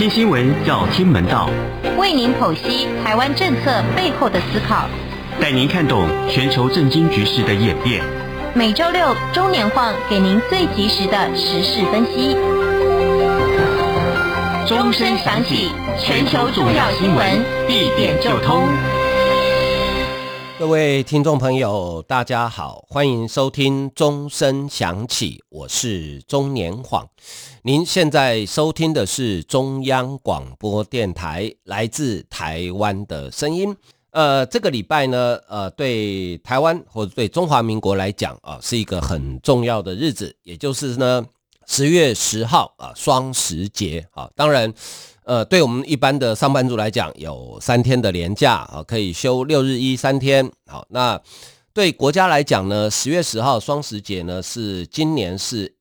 听新闻要听门道， 为您剖析台湾政策背后的思考， 带您看懂全球政经局势的演变。 每周六中年晃给您最及时的时事分析。钟声响起，全球重要新闻一点就通。 各位听众朋友大家好，欢迎收听钟声响起，我是钟年晃。您现在收听的是中央广播电台来自台湾的声音。这个礼拜呢，对台湾或者对中华民国来讲是一个很重要的日子，也就是呢10月10号双十节当然对我们一般的上班族来讲，有3天的连假可以休6日1 3天。好，那对国家来讲呢，10月10号双十节呢是今年是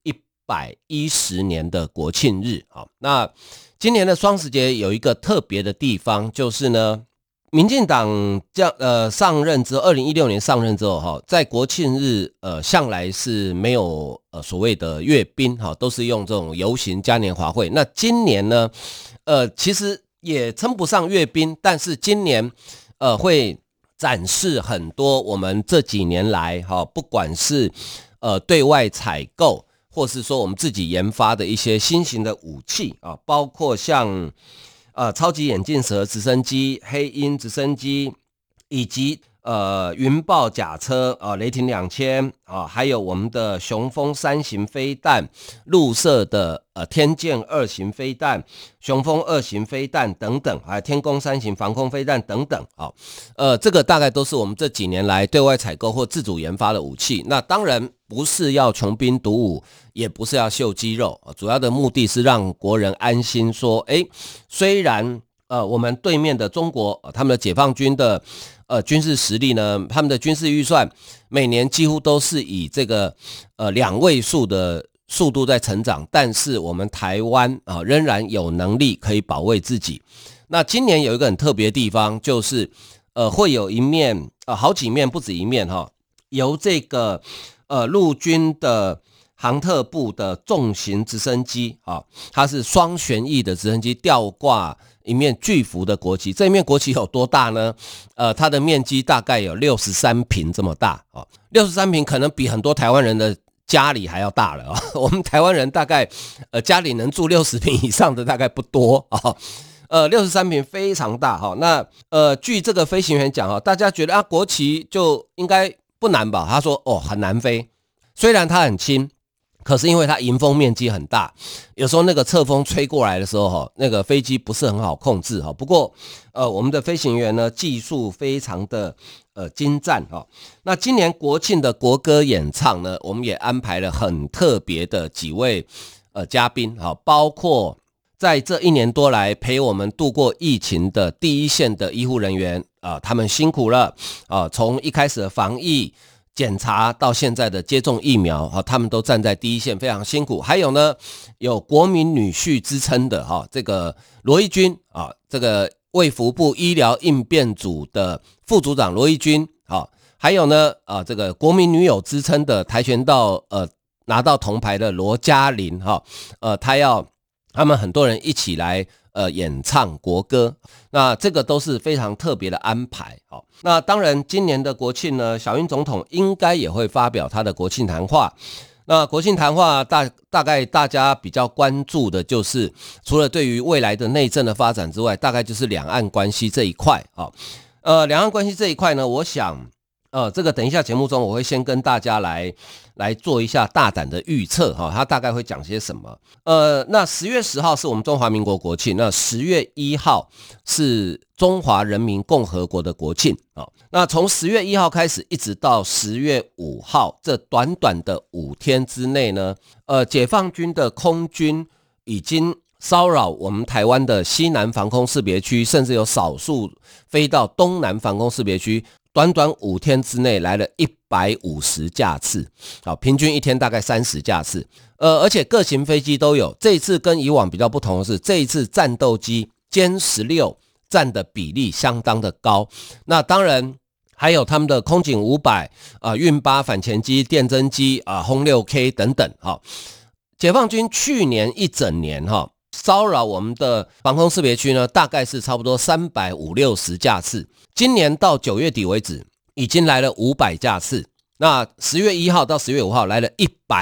110年的国庆日。好，那今年的双十节有一个特别的地方，就是呢民进党上任之后，2016年上任之后在国庆日向来是没有所谓的阅兵都是用这种游行嘉年华会。那今年呢其实也称不上阅兵，但是今年会展示很多我们这几年来不管是对外采购，或是说我们自己研发的一些新型的武器包括像超级眼镜蛇直升机、黑鹰直升机，以及云豹甲车雷霆2000还有我们的雄风3型飞弹、陆射的天剑2型飞弹、雄风2型飞弹等等，还有天弓3型防空飞弹等等这个大概都是我们这几年来对外采购或自主研发的武器。那当然不是要穷兵黩武，也不是要秀肌肉，主要的目的是让国人安心说虽然我们对面的中国他们的解放军的军事实力呢，他们的军事预算每年几乎都是以这个2位数的速度在成长，但是我们台湾仍然有能力可以保卫自己。那今年有一个很特别的地方，就是会有一面好几面不止一面由这个陆军的航特部的重型直升机它是双旋翼的直升机，吊挂一面巨幅的国旗。这一面国旗有多大呢？它的面积大概有63坪这么大63坪可能比很多台湾人的家里还要大了我们台湾人大概家里能住60坪以上的大概不多63坪非常大那据这个飞行员讲大家觉得国旗就应该不难吧？他说很难飞，虽然它很轻，可是因为它迎风面积很大，有时候那个侧风吹过来的时候那个飞机不是很好控制不过我们的飞行员呢技术非常的精湛那今年国庆的国歌演唱呢，我们也安排了很特别的几位嘉宾包括在这1年多来陪我们度过疫情的第一线的医护人员他们辛苦了从一开始的防疫检查到现在的接种疫苗他们都站在第一线，非常辛苦。还有呢，有国民女婿之称的这个罗一军这个卫福部医疗应变组的副组长罗一军还有呢这个国民女友之称的跆拳道拿到铜牌的罗嘉玲他们很多人一起来演唱国歌，那这个都是非常特别的安排那当然今年的国庆呢，小英总统应该也会发表他的国庆谈话。那国庆谈话大概大家比较关注的就是除了对于未来的内政的发展之外，大概就是两岸关系这一块两岸关系这一块呢，我想这个等一下节目中我会先跟大家来做一下大胆的预测他大概会讲些什么。那10月10号是我们中华民国国庆，那10月1号是中华人民共和国的国庆那从10月1号开始一直到10月5号这短短的5天之内呢，解放军的空军已经骚扰我们台湾的西南防空识别区，甚至有少数飞到东南防空识别区，短短5天之内来了150架次平均一天大概30架次而且各型飞机都有。这一次跟以往比较不同的是，这一次战斗机歼16占的比例相当的高。那当然还有他们的空警500运8反潜机、电侦机轰 6K 等等解放军去年一整年骚扰我们的防空识别区呢，大概是差不多350-360架次。今年到9月底为止，已经来了500架次。那10月1号到10月5号来了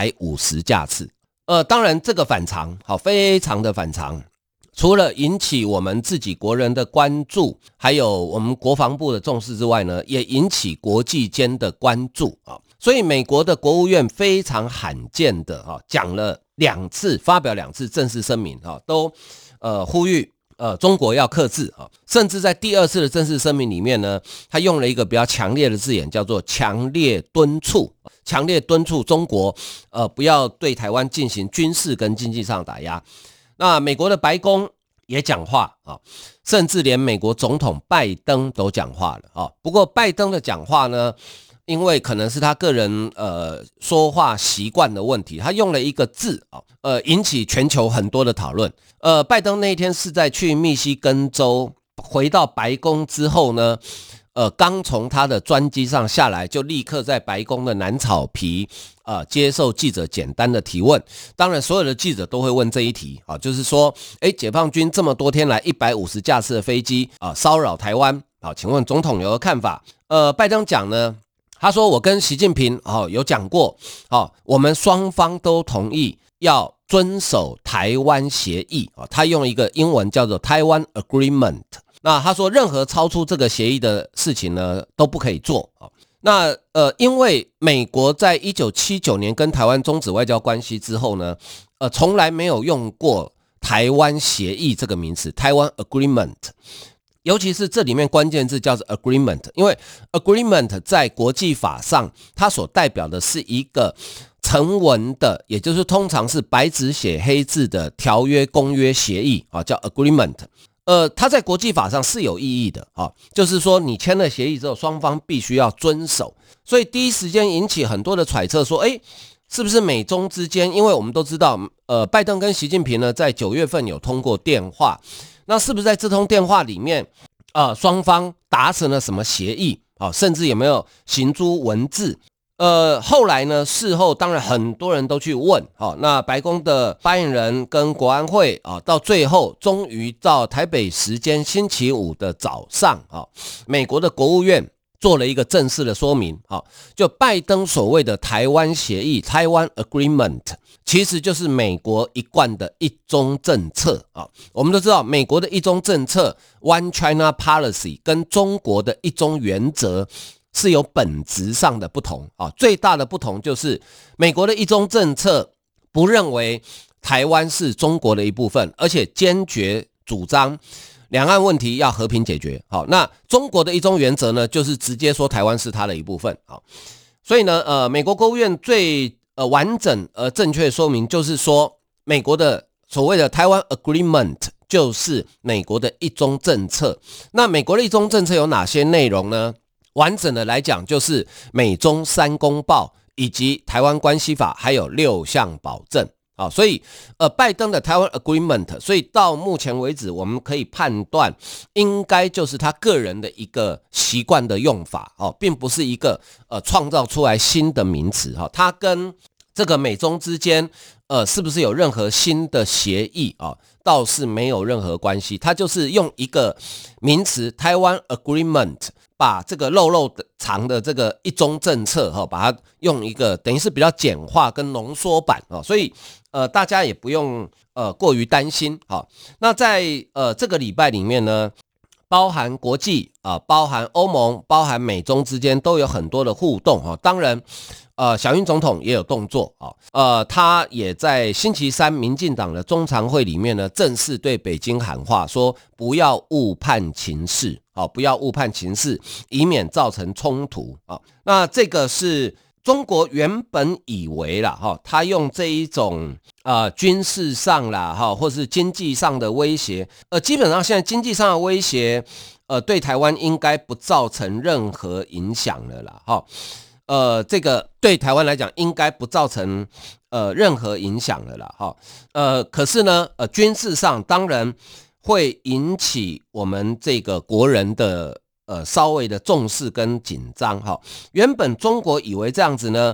150架次。当然这个反常，非常的反常。除了引起我们自己国人的关注，还有我们国防部的重视之外呢，也引起国际间的关注啊。所以美国的国务院非常罕见的讲了2次，发表2次正式声明都呼吁中国要克制啊。甚至在第2次的正式声明里面呢，他用了一个比较强烈的字眼，叫做强烈敦促中国不要对台湾进行军事跟经济上打压。那美国的白宫也讲话啊，甚至连美国总统拜登都讲话了啊。不过拜登的讲话呢，因为可能是他个人说话习惯的问题，他用了一个字引起全球很多的讨论。拜登那一天是在去密西根州回到白宫之后呢，刚从他的专机上下来，就立刻在白宫的南草皮接受记者简单的提问。当然所有的记者都会问这一题就是说解放军这么多天来150架次的飞机骚扰台湾请问总统有何看法？拜登讲呢，他说我跟习近平有讲过我们双方都同意要遵守台湾协议他用一个英文叫做 Taiwan Agreement。那他说任何超出这个协议的事情呢都不可以做。那因为美国在1979年跟台湾终止外交关系之后呢，从来没有用过台湾协议这个名词 Taiwan Agreement， 尤其是这里面关键字叫做 agreement， 因为 agreement 在国际法上它所代表的是一个成文的，也就是通常是白纸写黑字的条约、公约、协议叫 agreement。它在国际法上是有意义的就是说你签了协议之后，双方必须要遵守。所以第一时间引起很多的揣测说，是不是美中之间，因为我们都知道拜登跟习近平呢在9月份有通过电话，那是不是在这通电话里面双方达成了什么协议甚至有没有行诸文字？后来呢，事后当然很多人都去问那白宫的发言人跟国安会到最后终于到台北时间星期五的早上美国的国务院做了一个正式的说明就拜登所谓的台湾协议 Taiwan Agreement 其实就是美国一贯的一中政策我们都知道美国的一中政策 One China Policy 跟中国的一中原则是有本质上的不同最大的不同就是美国的一中政策不认为台湾是中国的一部分，而且坚决主张两岸问题要和平解决。那中国的一中原则呢，就是直接说台湾是它的一部分。所以呢，美国国务院最完整而正确的说明就是说，美国的所谓的台湾 Agreement 就是美国的一中政策。那美国的一中政策有哪些内容呢？完整的来讲，就是美中3公报以及台湾关系法，还有6项保证。所以拜登的台湾 Agreement， 所以到目前为止我们可以判断应该就是他个人的一个习惯的用法并不是一个创造出来新的名词它跟这个美中之间是不是有任何新的协议倒是没有任何关系，它就是用一个名词台湾 Agreement把这个肉肉长的这个一中政策把它用一个等于是比较简化跟浓缩版所以大家也不用过于担心那在这个礼拜里面呢，包含国际包含欧盟，包含美中之间都有很多的互动当然小英总统也有动作他也在星期三民进党的中常会里面呢，正式对北京喊话说不要误判情势不要误判情势，以免造成冲突那这个是中国原本以为啦他用这一种军事上啦或是经济上的威胁基本上现在经济上的威胁对台湾应该不造成任何影响了啦这个对台湾来讲应该不造成任何影响了啦可是呢军事上当然会引起我们这个国人的稍微的重视跟紧张原本中国以为这样子呢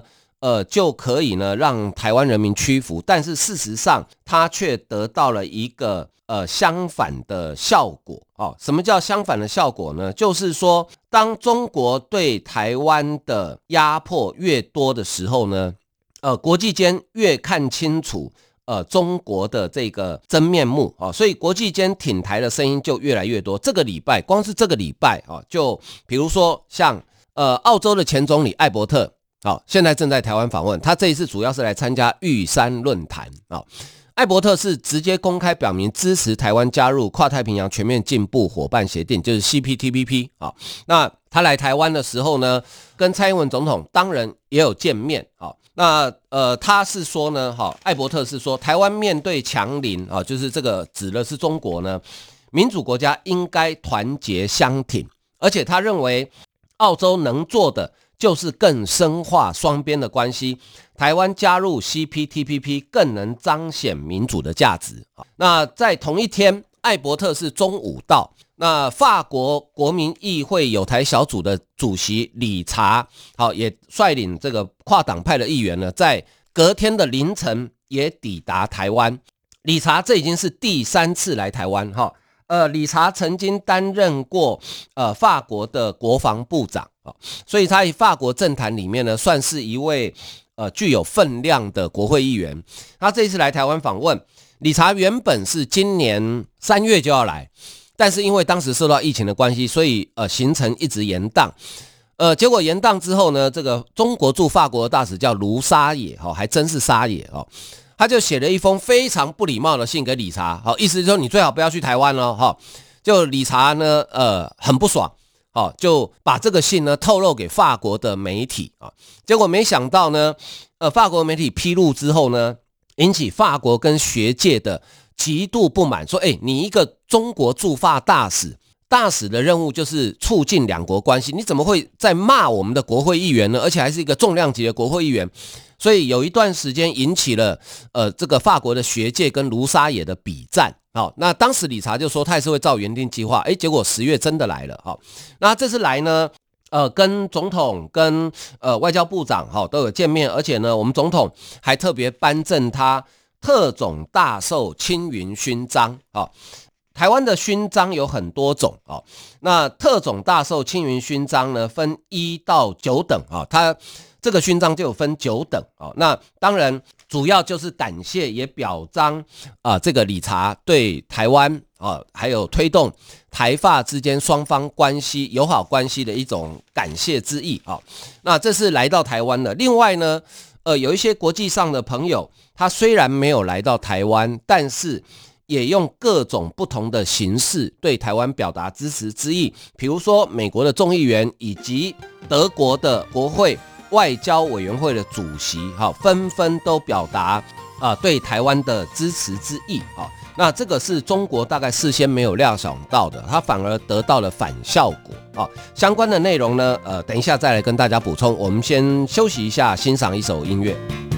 就可以呢让台湾人民屈服，但是事实上它却得到了一个相反的效果。什么叫相反的效果呢？就是说当中国对台湾的压迫越多的时候呢，国际间越看清楚中国的这个真面目，所以国际间挺台的声音就越来越多。这个礼拜，光是这个礼拜，就比如说像澳洲的前总理艾伯特，现在正在台湾访问，他这一次主要是来参加玉山论坛。艾伯特是直接公开表明支持台湾加入跨太平洋全面进步伙伴协定，就是 CPTPP。那他来台湾的时候呢，跟蔡英文总统当然也有见面。那他是说呢，艾伯特是说，台湾面对强邻，就是这个指的是中国呢，民主国家应该团结相挺，而且他认为澳洲能做的就是更深化双边的关系，台湾加入 CPTPP 更能彰显民主的价值。那在同一天，艾伯特是中午到，那法国国民议会友台小组的主席理查，也率领这个跨党派的议员呢，在隔天的凌晨也抵达台湾。理查这已经是第3次来台湾。理查曾经担任过法国的国防部长，所以他在法国政坛里面呢，算是一位具有分量的国会议员。他这一次来台湾访问，理查原本是今年3月就要来，但是因为当时受到疫情的关系，所以行程一直延宕。结果延宕之后呢，这个中国驻法国的大使叫卢沙野，还真是沙野，他就写了一封非常不礼貌的信给理查，意思就是说你最好不要去台湾了。就理查呢很不爽，就把这个信呢透露给法国的媒体。结果没想到呢法国媒体披露之后呢，引起法国跟学界的极度不满，说你一个中国驻法大使的任务就是促进两国关系，你怎么会在骂我们的国会议员呢？而且还是一个重量级的国会议员。所以有一段时间引起了这个法国的学界跟卢沙野的比战。那当时理查就说他也是会照原定计划，结果10月真的来了。那这次来呢跟总统跟外交部长都有见面，而且呢我们总统还特别颁赠他特种大绶青云勋章。台湾的勋章有很多种，那特种大绶青云勋章呢分1到9等，它这个勋章就有分9等。那当然主要就是感谢也表彰这个理查对台湾还有推动台法之间双方关系友好关系的一种感谢之意。那这是来到台湾的。另外呢有一些国际上的朋友，他虽然没有来到台湾，但是也用各种不同的形式对台湾表达支持之意，比如说美国的众议员以及德国的国会外交委员会的主席纷纷都表达对台湾的支持之意。那这个是中国大概事先没有料想到的，它反而得到了反效果。相关的内容呢等一下再来跟大家补充，我们先休息一下，欣赏一首音乐。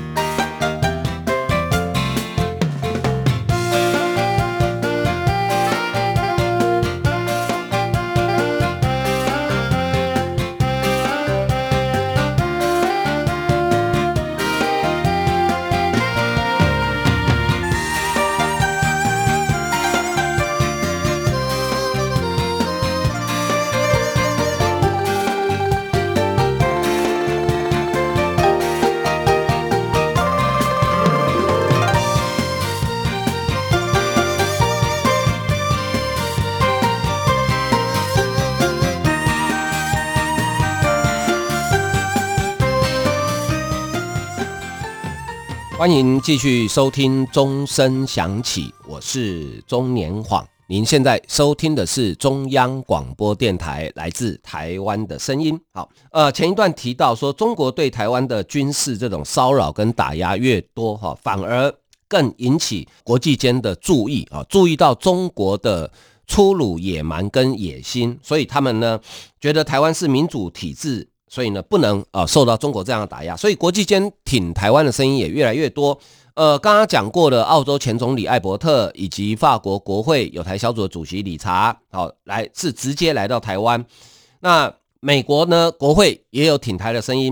欢迎继续收听钟声响起，我是钟年晃。您现在收听的是中央广播电台来自台湾的声音。好，前一段提到说，中国对台湾的军事这种骚扰跟打压越多，反而更引起国际间的注意，注意到中国的粗鲁野蛮跟野心，所以他们呢觉得台湾是民主体制，所以呢不能受到中国这样的打压，所以国际间挺台湾的声音也越来越多。刚刚讲过的澳洲前总理艾伯特以及法国国会友台小组的主席理查，来是直接来到台湾。那美国呢国会也有挺台的声音，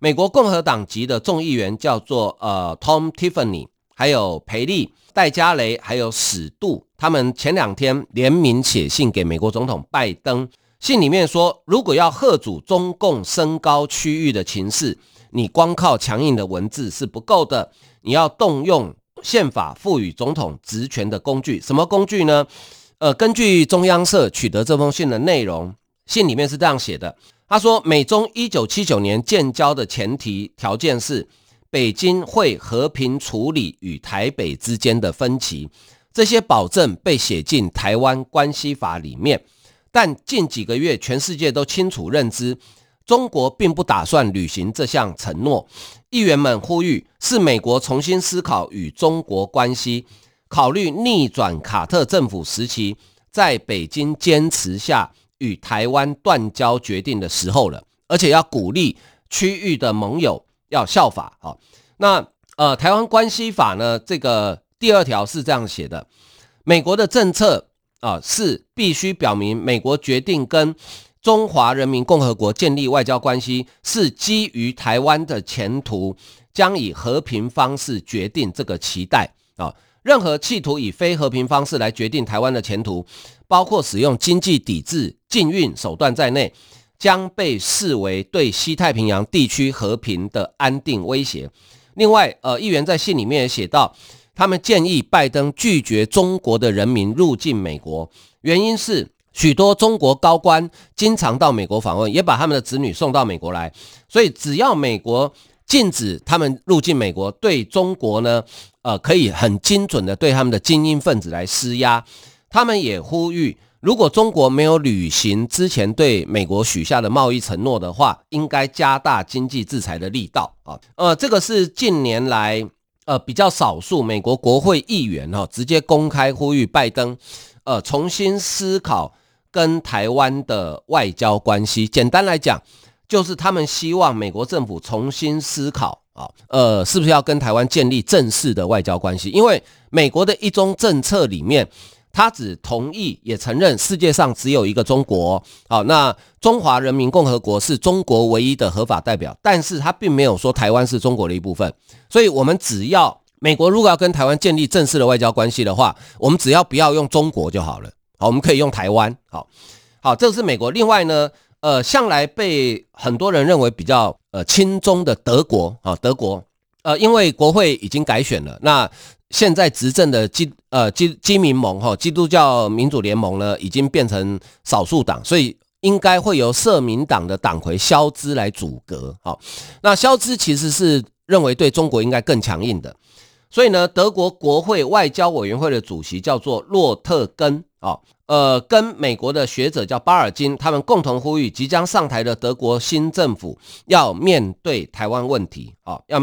美国共和党籍的众议员叫做Tom Tiffany， 还有培利、戴加雷还有史杜，他们前2天联名写信给美国总统拜登，信里面说，如果要吓阻中共升高区域的情势，你光靠强硬的文字是不够的，你要动用宪法赋予总统职权的工具。什么工具呢？根据中央社取得这封信的内容，信里面是这样写的，他说，美中1979年建交的前提条件是北京会和平处理与台北之间的分歧，这些保证被写进台湾关系法里面。但近几个月，全世界都清楚认知，中国并不打算履行这项承诺。议员们呼吁，是美国重新思考与中国关系，考虑逆转卡特政府时期在北京坚持下与台湾断交决定的时候了，而且要鼓励区域的盟友要效法。那台湾关系法呢，这个第2条是这样写的，美国的政策是必须表明美国决定跟中华人民共和国建立外交关系是基于台湾的前途将以和平方式决定这个期待。任何企图以非和平方式来决定台湾的前途，包括使用经济抵制、禁运手段在内，将被视为对西太平洋地区和平的安定威胁。另外，议员在信里面也写到，他们建议拜登拒绝中国的人民入境美国，原因是许多中国高官经常到美国访问，也把他们的子女送到美国来，所以只要美国禁止他们入境美国，对中国呢，可以很精准的对他们的精英分子来施压。他们也呼吁，如果中国没有履行之前对美国许下的贸易承诺的话，应该加大经济制裁的力道。这个是近年来比较少数美国国会议员直接公开呼吁拜登重新思考跟台湾的外交关系。简单来讲，就是他们希望美国政府重新思考是不是要跟台湾建立正式的外交关系。因为美国的一中政策里面，他只同意也承认世界上只有一个中国，那中华人民共和国是中国唯一的合法代表，但是他并没有说台湾是中国的一部分。所以我们只要美国如果要跟台湾建立正式的外交关系的话，我们只要不要用中国就好了。我们可以用台湾。好，这是美国。另外呢，向来被很多人认为比较亲中的德国，因为国会已经改选了，那现在执政的基民盟基督教民主联盟呢，已经变成少数党，所以应该会由社民党的党魁肖兹来阻隔。那肖兹其实是认为对中国应该更强硬的，所以呢，德国国会外交委员会的主席叫做洛特根跟美国的学者叫巴尔金，他们共同呼吁即将上台的德国新政府要面对台湾问题。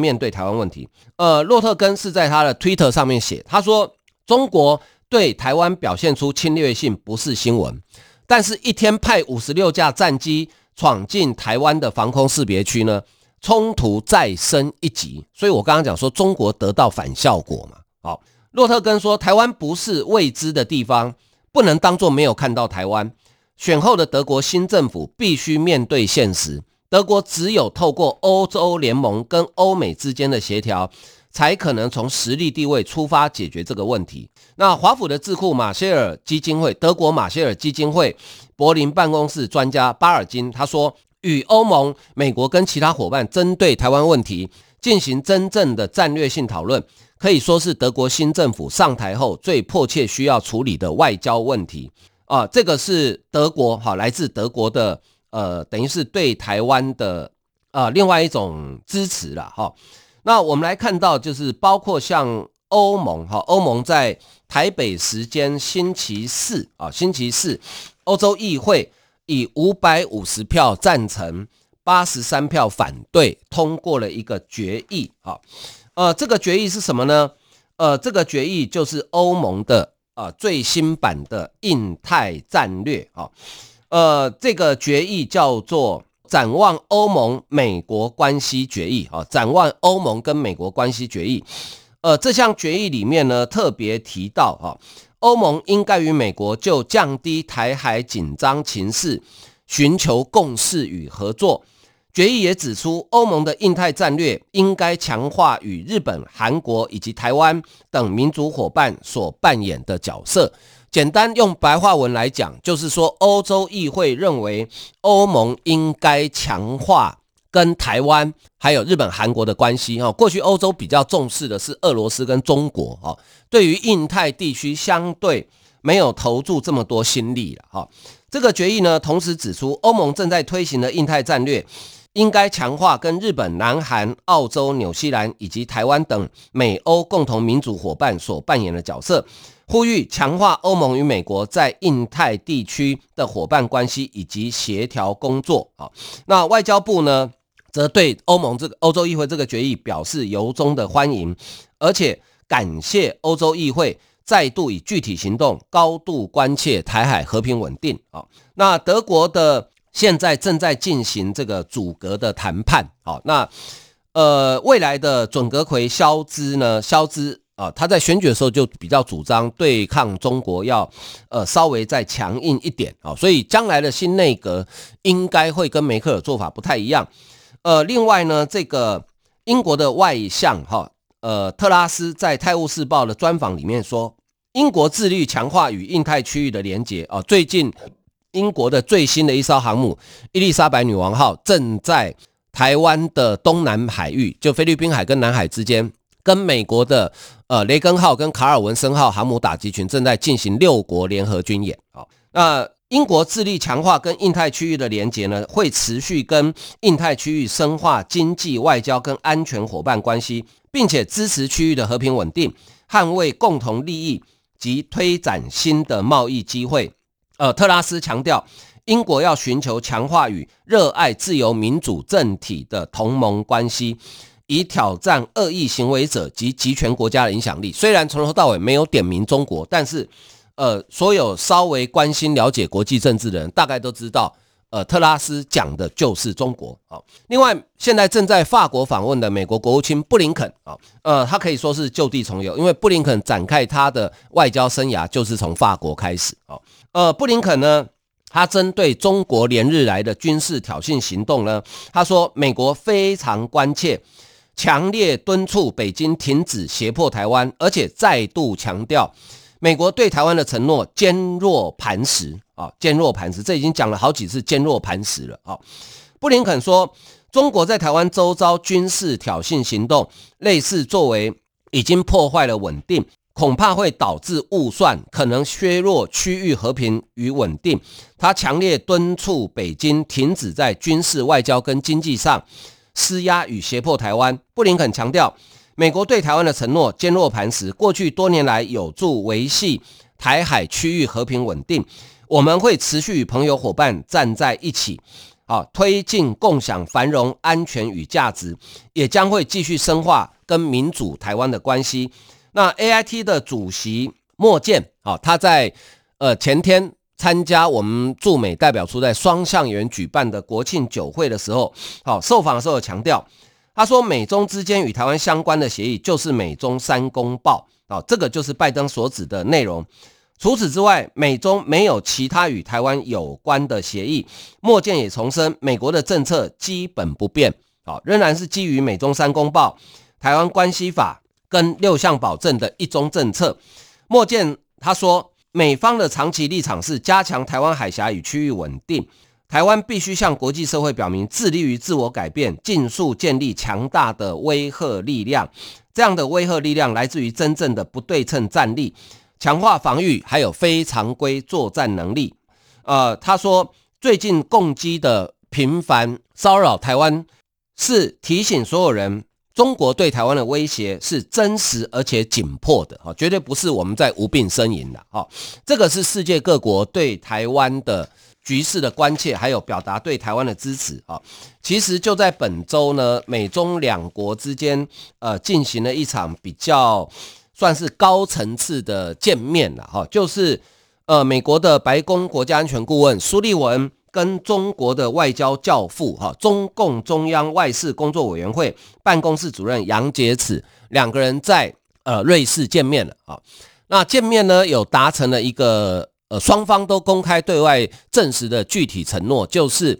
洛特根是在他的 Twitter 上面写，他说中国对台湾表现出侵略性不是新闻，但是一天派56架战机闯进台湾的防空识别区呢，冲突再升一级。所以我刚刚讲说中国得到反效果嘛。洛特根说，台湾不是未知的地方，不能当作没有看到台湾。选后的德国新政府必须面对现实，德国只有透过欧洲联盟跟欧美之间的协调，才可能从实力地位出发解决这个问题。那华府的智库马歇尔基金会，德国马歇尔基金会柏林办公室专家巴尔金他说，与欧盟、美国跟其他伙伴针对台湾问题进行真正的战略性讨论，可以说是德国新政府上台后最迫切需要处理的外交问题。这个是德国来自德国的等于是对台湾的另外一种支持啦。那我们来看到就是包括像欧盟，欧盟在台北时间星期四欧洲议会以550票赞成83票反对通过了一个决议。这个决议是什么呢？这个决议就是欧盟的最新版的印太战略。这个决议叫做展望欧盟美国关系决议。展望欧盟跟美国关系决议。这项决议里面呢，特别提到欧盟应该与美国就降低台海紧张情势寻求共识与合作， 决议也指出，欧盟的印太战略应该强化与日本、韩国以及台湾等民主伙伴所扮演的角色。简单用白话文来讲，就是说欧洲议会认为欧盟应该强化跟台湾还有日本、韩国的关系。过去欧洲比较重视的是俄罗斯跟中国，对于印太地区相对没有投注这么多心力了。这个决议呢，同时指出欧盟正在推行的印太战略应该强化跟日本、南韩、澳洲、纽西兰以及台湾等美欧共同民主伙伴所扮演的角色，呼吁强化欧盟与美国在印太地区的伙伴关系以及协调工作。那外交部呢，则对欧洲议会这个决议表示由衷的欢迎，而且感谢欧洲议会再度以具体行动高度关切台海和平稳定。那德国的现在正在进行这个阻隔的谈判。那未来的准阁揆肖兹他在选举的时候就比较主张对抗中国要稍微再强硬一点，所以将来的新内阁应该会跟梅克尔做法不太一样。另外呢，这个英国的外相特拉斯在《泰晤士报》的专访里面说，英国致力强化与印太区域的连结。最近英国的最新的一艘航母伊丽莎白女王号正在台湾的东南海域，就菲律宾海跟南海之间，跟美国的雷根号跟卡尔文森号航母打击群正在进行6国联合军演。那英国致力强化跟印太区域的连结呢，会持续跟印太区域深化经济、外交跟安全伙伴关系，并且支持区域的和平稳定，捍卫共同利益及推展新的贸易机会。特拉斯强调，英国要寻求强化与热爱自由民主政体的同盟关系，以挑战恶意行为者及集权国家的影响力。虽然从头到尾没有点名中国，但是所有稍微关心了解国际政治的人大概都知道，特拉斯讲的就是中国。另外，现在正在法国访问的美国国务卿布林肯，他可以说是就地重游，因为布林肯展开他的外交生涯就是从法国开始。布林肯呢，他针对中国连日来的军事挑衅行动呢，他说美国非常关切，强烈敦促北京停止胁迫台湾，而且再度强调美国对台湾的承诺坚若磐石。坚若磐石，这已经讲了好几次坚若磐石了。布林肯说，中国在台湾周遭军事挑衅行动类似作为已经破坏了稳定，恐怕会导致误算，可能削弱区域和平与稳定。他强烈敦促北京停止在军事、外交跟经济上施压与胁迫台湾。布林肯强调，美国对台湾的承诺坚若磐石，过去多年来有助维系台海区域和平稳定。我们会持续与朋友伙伴站在一起，推进共享繁荣、安全与价值，也将会继续深化跟民主台湾的关系。那 AIT 的主席莫健，他在前天参加我们驻美代表处在双橡园举办的国庆酒会的时候，受访的时候强调，他说美中之间与台湾相关的协议就是美中3公报，这个就是拜登所指的内容。除此之外，美中没有其他与台湾有关的协议。莫健也重申，美国的政策基本不变，仍然是基于美中3公报、台湾关系法跟6项保证的一中政策。莫健他说，美方的长期立场是加强台湾海峡与区域稳定，台湾必须向国际社会表明致力于自我改变，尽速建立强大的威慑力量。这样的威慑力量来自于真正的不对称战力，强化防御，还有非常规作战能力。他说，最近共机的频繁骚扰台湾，是提醒所有人，中国对台湾的威胁是真实而且紧迫的，绝对不是我们在无病呻吟的。这个是世界各国对台湾的局势的关切，还有表达对台湾的支持。其实就在本周呢，美中2国之间进行了一场比较算是高层次的见面了，就是美国的白宫国家安全顾问苏利文跟中国的外交教父中共中央外事工作委员会办公室主任杨洁篪2个人在瑞士见面了。那见面呢，有达成了一个双方都公开对外证实的具体承诺，就是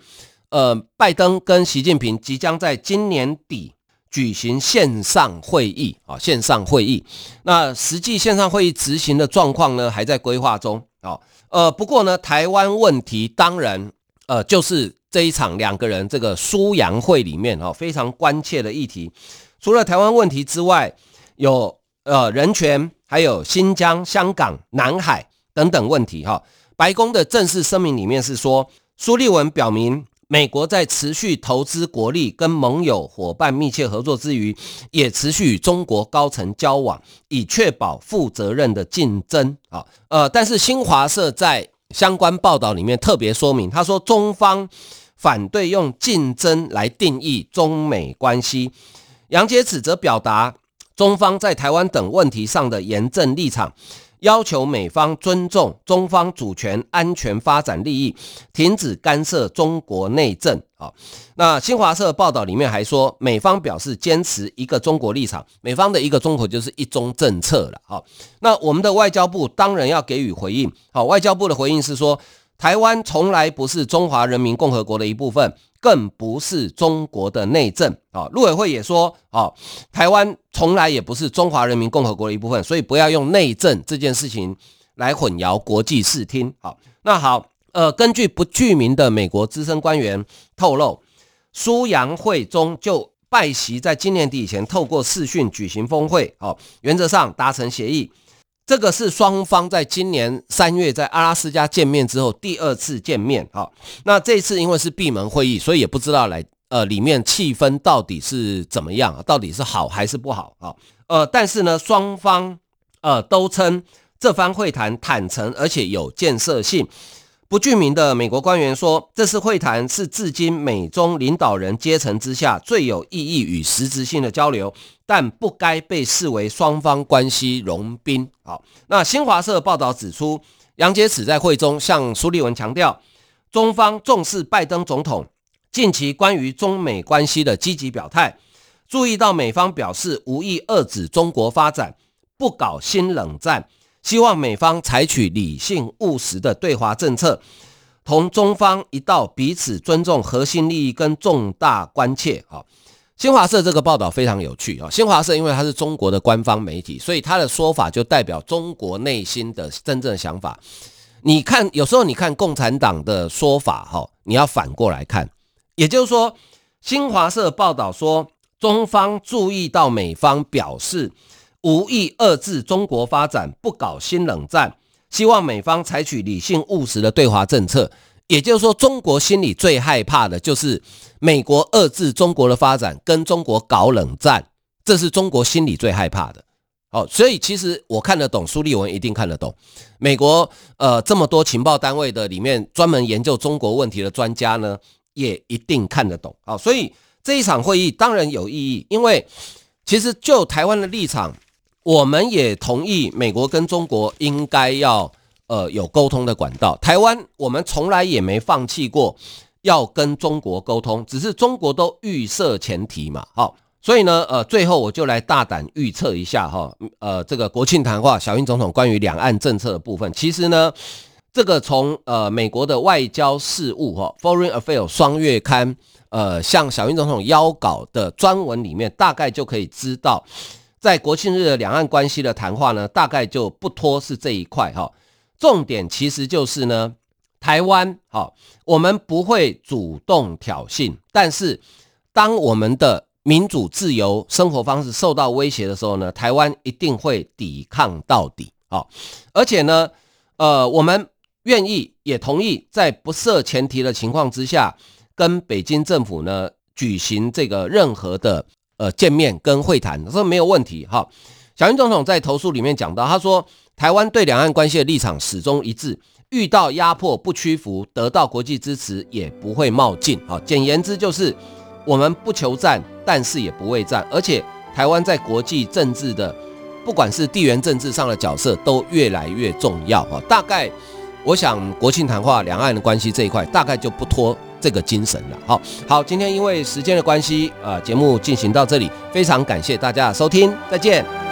拜登跟习近平即将在今年底举行线上会议啊，线上会议。那实际线上会议执行的状况呢，还在规划中啊。不过呢，台湾问题当然就是这一场两个人这个苏洋会里面非常关切的议题。除了台湾问题之外，有人权，还有新疆、香港、南海等等问题哈。白宫的正式声明里面是说，苏立文表明，美国在持续投资国力跟盟友伙伴密切合作之余，也持续与中国高层交往，以确保负责任的竞争啊。但是新华社在相关报道里面特别说明，他说中方反对用竞争来定义中美关系。杨洁篪则表达中方在台湾等问题上的严正立场，要求美方尊重中方主权、安全、发展利益，停止干涉中国内政。那新华社报道里面还说，美方表示坚持一个中国立场，美方的一个中国就是一中政策了。那我们的外交部当然要给予回应。外交部的回应是说，台湾从来不是中华人民共和国的一部分，更不是中国的内政。陆委会也说，台湾从来也不是中华人民共和国的一部分，所以不要用内政这件事情来混淆国际视听。根据不具名的美国资深官员透露，苏洋会中就拜习在今年底以前透过视讯举行峰会，原则上达成协议。这个是双方在今年3月在阿拉斯加见面之后第2次见面。那这一次因为是闭门会议，所以也不知道里面气氛到底是怎么样，到底是好还是不好。但是呢，双方都称这番会谈坦诚而且有建设性。不具名的美国官员说，这次会谈是至今美中领导人阶层之下最有意义与实质性的交流，但不该被视为双方关系融冰。那新华社报道指出，杨洁篪在会中向苏立文强调，中方重视拜登总统近期关于中美关系的积极表态，注意到美方表示无意遏制中国发展，不搞新冷战，希望美方采取理性务实的对华政策，同中方一道彼此尊重核心利益跟重大关切。新华社这个报道非常有趣。新华社因为它是中国的官方媒体，所以它的说法就代表中国内心的真正的想法。你看，有时候你看共产党的说法，你要反过来看。也就是说，新华社报道说，中方注意到美方表示无意遏制中国发展，不搞新冷战，希望美方采取理性务实的对华政策。也就是说，中国心里最害怕的就是美国遏制中国的发展，跟中国搞冷战，这是中国心里最害怕的。所以其实我看得懂，苏立文一定看得懂。美国这么多情报单位的里面，专门研究中国问题的专家呢，也一定看得懂。所以这一场会议当然有意义，因为其实就台湾的立场，我们也同意美国跟中国应该要有沟通的管道。台湾我们从来也没放弃过要跟中国沟通，只是中国都预设前提嘛。所以呢最后我就来大胆预测一下这个国庆谈话小英总统关于两岸政策的部分。其实呢这个从美国的外交事务Foreign Affairs 双月刊向小英总统邀稿的专文里面，大概就可以知道，在国庆日的两岸关系的谈话呢，大概就不脱是这一块。重点其实就是呢，台湾我们不会主动挑衅，但是当我们的民主自由生活方式受到威胁的时候呢，台湾一定会抵抗到底。而且呢我们愿意也同意在不设前提的情况之下，跟北京政府呢举行这个任何的见面跟会谈，这没有问题。小英总统在投诉里面讲到，他说台湾对两岸关系的立场始终一致，遇到压迫不屈服，得到国际支持也不会冒进。简言之就是我们不求战，但是也不畏战，而且台湾在国际政治的不管是地缘政治上的角色都越来越重要。大概我想国庆谈话两岸的关系这一块大概就不脱这个精神了。好，今天因为时间的关系节目进行到这里，非常感谢大家的收听，再见。